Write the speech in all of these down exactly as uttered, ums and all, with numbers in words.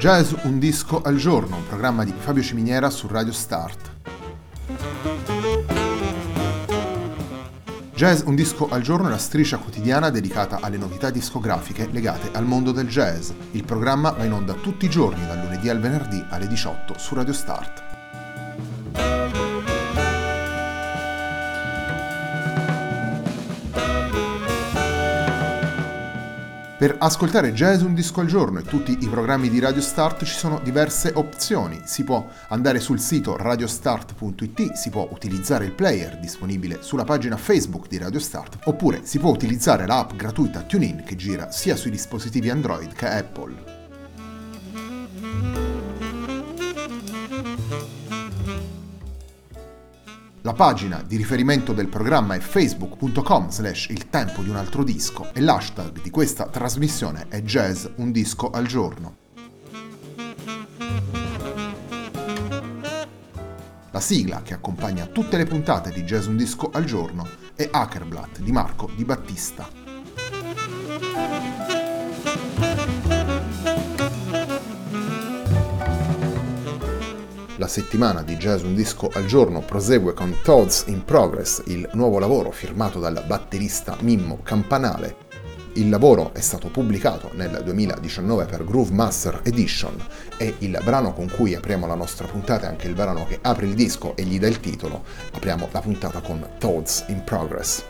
Jazz un disco al giorno, un programma di Fabio Ciminiera su Radio Start. Jazz un disco al giorno è la striscia quotidiana dedicata alle novità discografiche legate al mondo del jazz. Il programma va in onda tutti i giorni, dal lunedì al venerdì alle diciotto su Radio Start. Per ascoltare Jazz un disco al giorno e tutti i programmi di Radio Start ci sono diverse opzioni. Si può andare sul sito radiostart punto it, si può utilizzare il player disponibile sulla pagina Facebook di Radio Start, oppure si può utilizzare l'app gratuita TuneIn che gira sia sui dispositivi Android che Apple. La pagina di riferimento del programma è facebook punto com slash il tempo di un altro disco e l'hashtag di questa trasmissione è Jazz un disco al giorno. La sigla che accompagna tutte le puntate di Jazz un disco al giorno è Akerblatt di Marco Di Battista. La settimana di Jazz un disco al giorno prosegue con Thoughts in Progress, il nuovo lavoro firmato dal batterista Mimmo Campanale. Il lavoro è stato pubblicato nel duemiladiciannove per Groove Master Edition e il brano con cui apriamo la nostra puntata è anche il brano che apre il disco e gli dà il titolo. Apriamo la puntata con Thoughts in Progress.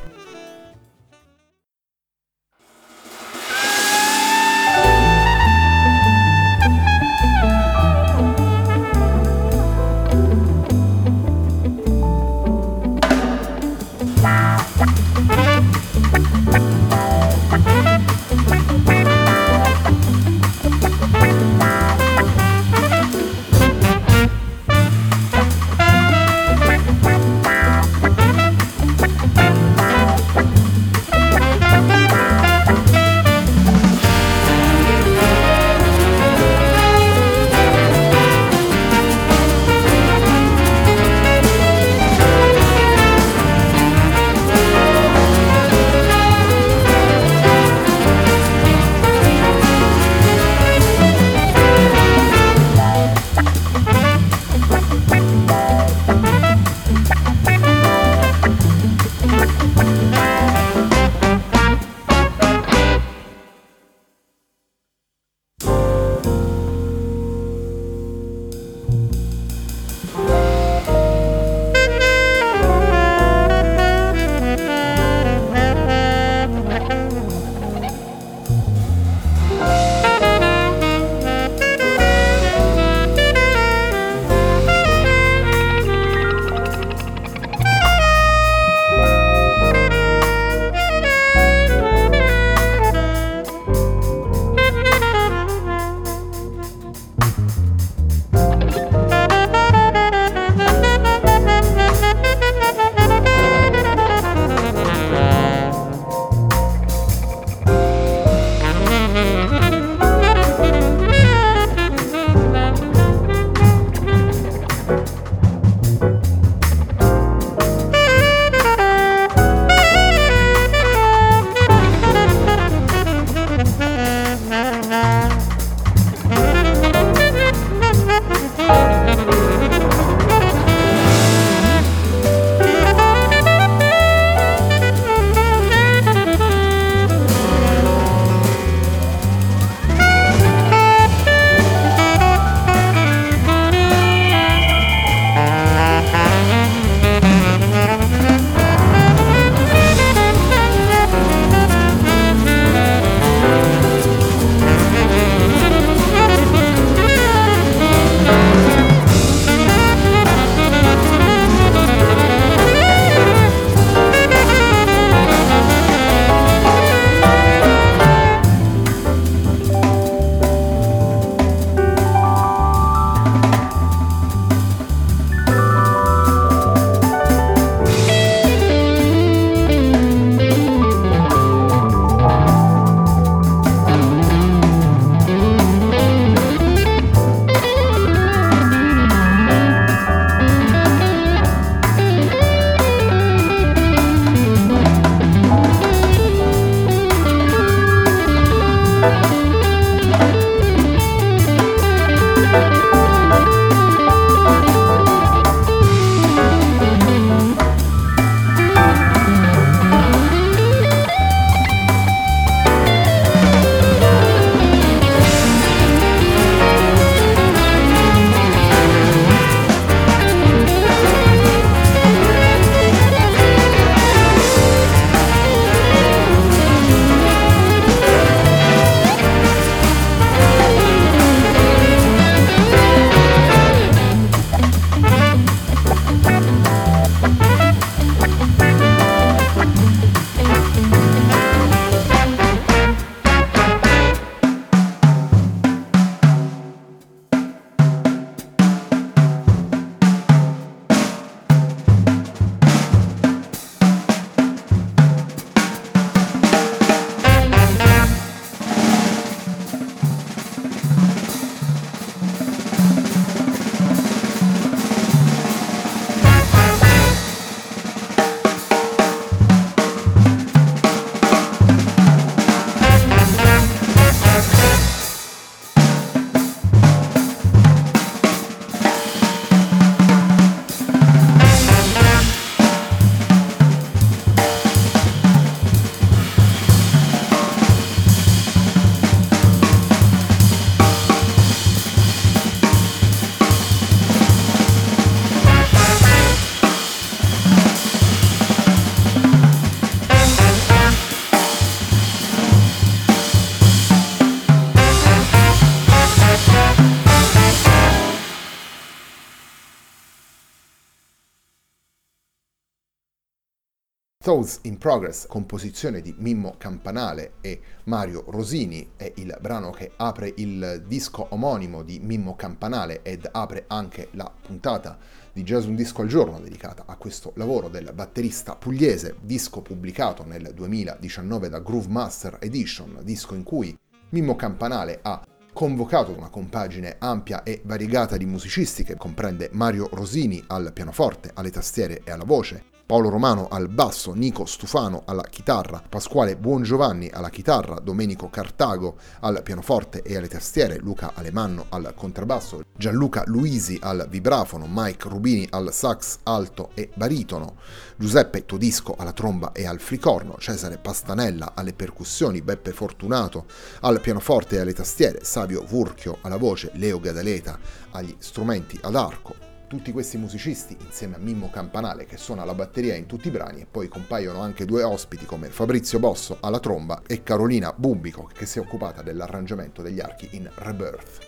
Thoughts in Progress, composizione di Mimmo Campanale e Mario Rosini, è il brano che apre il disco omonimo di Mimmo Campanale ed apre anche la puntata di Jazz Un Disco al Giorno dedicata a questo lavoro del batterista pugliese, disco pubblicato nel duemiladiciannove da Groove Master Edition, disco in cui Mimmo Campanale ha convocato una compagine ampia e variegata di musicisti che comprende Mario Rosini al pianoforte, alle tastiere e alla voce, Paolo Romano al basso, Nico Stufano alla chitarra, Pasquale Buongiovanni alla chitarra, Domenico Cartago al pianoforte e alle tastiere, Luca Alemanno al contrabbasso, Gianluca Luisi al vibrafono, Mike Rubini al sax alto e baritono, Giuseppe Todisco alla tromba e al flicorno, Cesare Pastanella alle percussioni, Beppe Fortunato al pianoforte e alle tastiere, Savio Vurchio alla voce, Leo Gadaleta agli strumenti ad arco. Tutti questi musicisti insieme a Mimmo Campanale che suona la batteria in tutti i brani, e poi compaiono anche due ospiti come Fabrizio Bosso alla tromba e Carolina Bumbico che si è occupata dell'arrangiamento degli archi in Rebirth.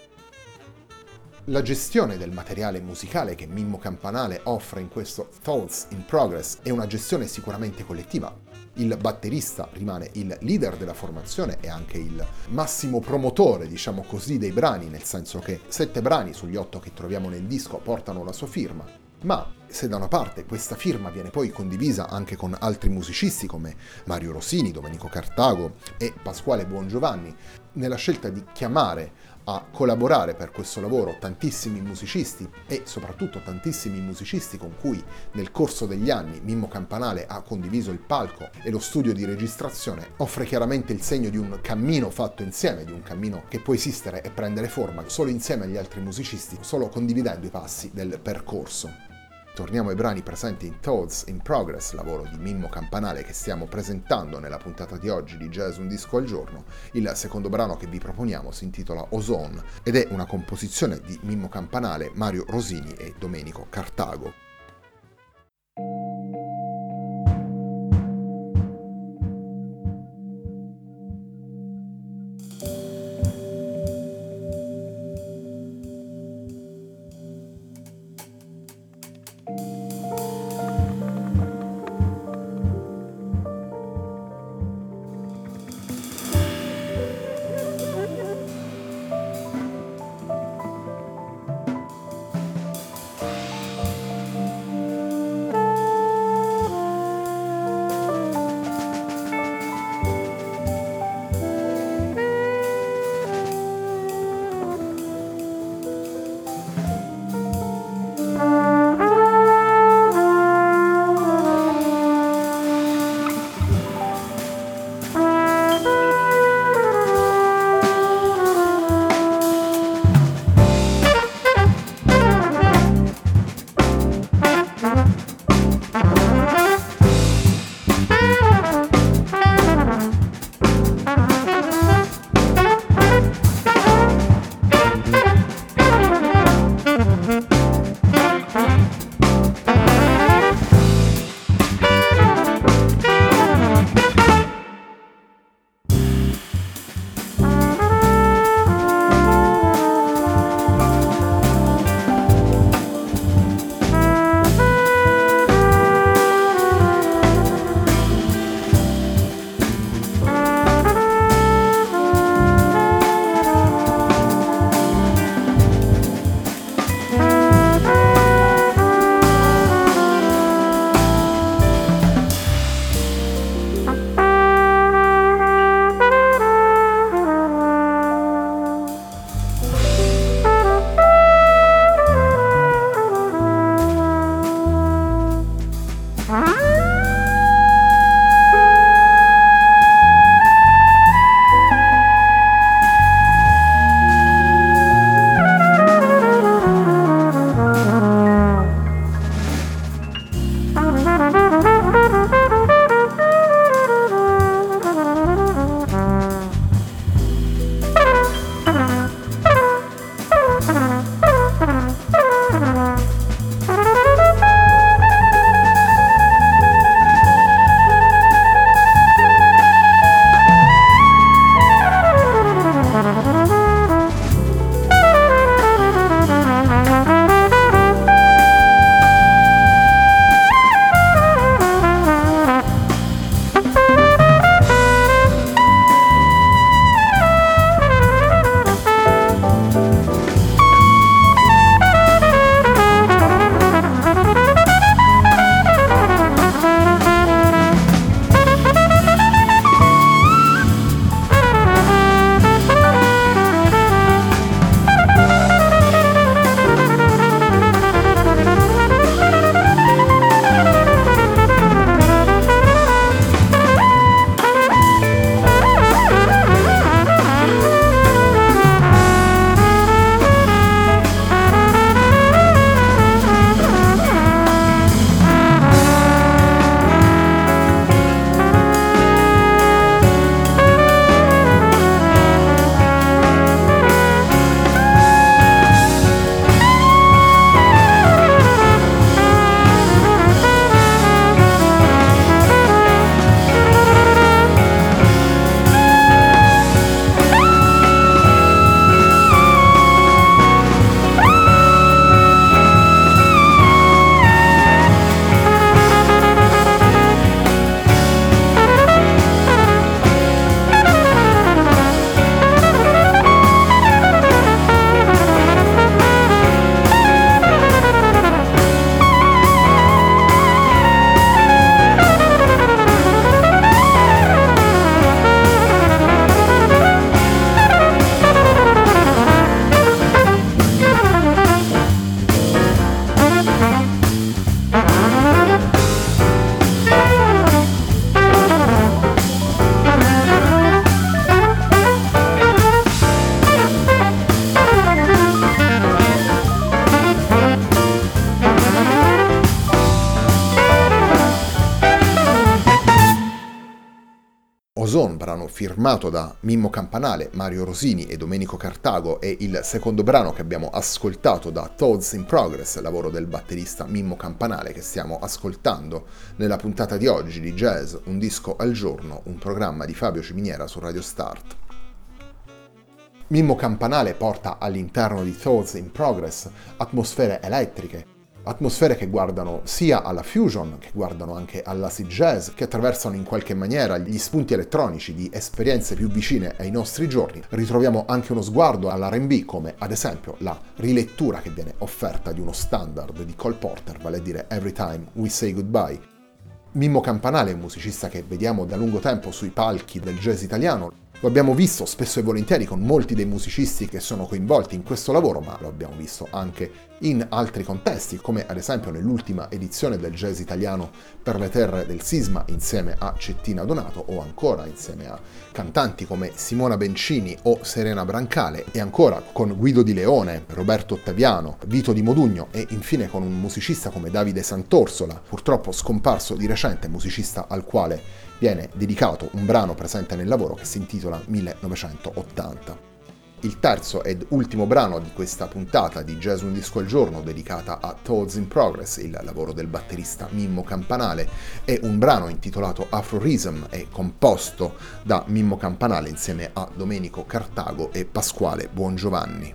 La gestione del materiale musicale che Mimmo Campanale offre in questo Thoughts in Progress è una gestione sicuramente collettiva. Il batterista rimane il leader della formazione e anche il massimo promotore, diciamo così, dei brani, nel senso che sette brani sugli otto che troviamo nel disco portano la sua firma. Ma se da una parte questa firma viene poi condivisa anche con altri musicisti come Mario Rosini, Domenico Cartago e Pasquale Buongiovanni, nella scelta di chiamare a collaborare per questo lavoro tantissimi musicisti e soprattutto tantissimi musicisti con cui nel corso degli anni Mimmo Campanale ha condiviso il palco e lo studio di registrazione, offre chiaramente il segno di un cammino fatto insieme, di un cammino che può esistere e prendere forma solo insieme agli altri musicisti, solo condividendo i passi del percorso. Torniamo ai brani presenti in Thoughts in Progress, lavoro di Mimmo Campanale che stiamo presentando nella puntata di oggi di Jazz Un Disco al Giorno. Il secondo brano che vi proponiamo si intitola Ozone ed è una composizione di Mimmo Campanale, Mario Rosini e Domenico Cartago. Ozone, brano firmato da Mimmo Campanale, Mario Rosini e Domenico Cartago, e il secondo brano che abbiamo ascoltato da Thoughts in Progress, lavoro del batterista Mimmo Campanale, che stiamo ascoltando nella puntata di oggi di Jazz Un disco al giorno, un programma di Fabio Ciminiera su Radio Start. Mimmo Campanale porta all'interno di Thoughts in Progress atmosfere elettriche, atmosfere che guardano sia alla fusion, che guardano anche all'acid jazz, che attraversano in qualche maniera gli spunti elettronici di esperienze più vicine ai nostri giorni. Ritroviamo anche uno sguardo all'R and B, come ad esempio la rilettura che viene offerta di uno standard di Cole Porter, vale a dire Every Time We Say Goodbye. Mimmo Campanale è un musicista che vediamo da lungo tempo sui palchi del jazz italiano. Lo abbiamo visto spesso e volentieri con molti dei musicisti che sono coinvolti in questo lavoro, ma lo abbiamo visto anche in altri contesti, come ad esempio nell'ultima edizione del Jazz Italiano per le terre del Sisma insieme a Cettina Donato, o ancora insieme a cantanti come Simona Bencini o Serena Brancale, e ancora con Guido Di Leone, Roberto Ottaviano, Vito Di Modugno e infine con un musicista come Davide Sant'Orsola, purtroppo scomparso di recente, musicista al quale viene dedicato un brano presente nel lavoro che si intitola millenovecentottanta. Il terzo ed ultimo brano di questa puntata di Jazz Un disco al giorno, dedicata a Thoughts in Progress, il lavoro del batterista Mimmo Campanale, è un brano intitolato Afrorism e composto da Mimmo Campanale insieme a Domenico Cartago e Pasquale Buongiovanni.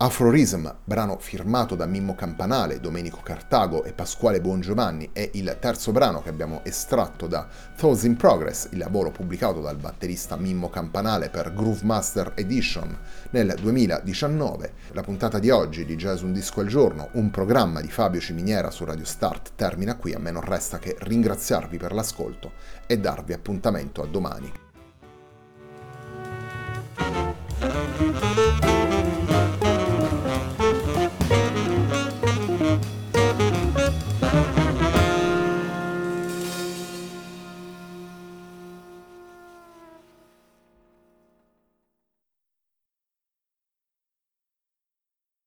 Afrorism, brano firmato da Mimmo Campanale, Domenico Cartago e Pasquale Buongiovanni, è il terzo brano che abbiamo estratto da Thoughts in Progress, il lavoro pubblicato dal batterista Mimmo Campanale per Groove Master Edition nel duemiladiciannove. La puntata di oggi di Jazz Un Disco al Giorno, un programma di Fabio Ciminiera su Radio Start, termina qui. A me non resta che ringraziarvi per l'ascolto e darvi appuntamento a domani.